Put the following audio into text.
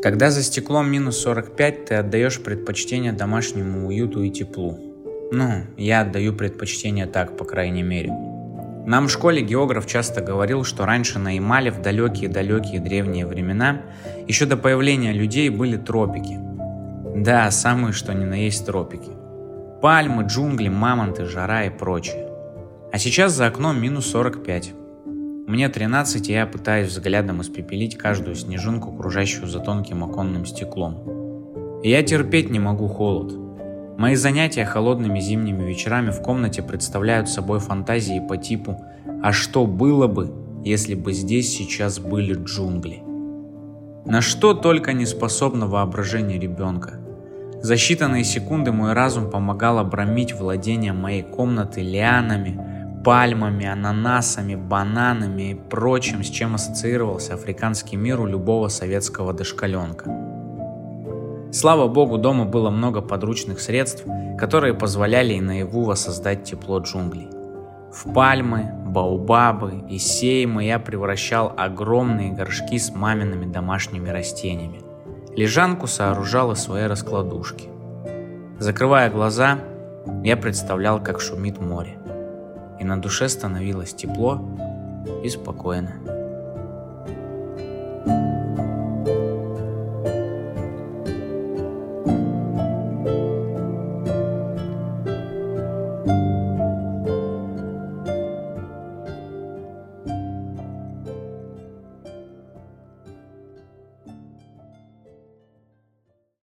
Когда за стеклом минус 45, ты отдаешь предпочтение домашнему уюту и теплу. Я отдаю предпочтение так, по крайней мере. Нам в школе географ часто говорил, что раньше на Ямале в далекие-далекие древние времена, еще до появления людей, были тропики. Да, самые что ни на есть тропики. Пальмы, джунгли, мамонты, жара и прочее. А сейчас за окном минус 45. Мне 13, и я пытаюсь взглядом испепелить каждую снежинку, кружащую за тонким оконным стеклом. И я терпеть не могу холод. Мои занятия холодными зимними вечерами в комнате представляют собой фантазии по типу «А что было бы, если бы здесь сейчас были джунгли?» На что только не способно воображение ребенка. За считанные секунды мой разум помогал обрамить владение моей комнаты лианами, пальмами, ананасами, бананами и прочим, с чем ассоциировался африканский мир у любого советского дошколенка. Слава богу, дома было много подручных средств, которые позволяли и наяву воссоздать тепло джунглей. В пальмы, баобабы и сеймы я превращал огромные горшки с мамиными домашними растениями. Лежанку сооружал из своей раскладушки. Закрывая глаза, я представлял, как шумит море. И на душе становилось тепло и спокойно.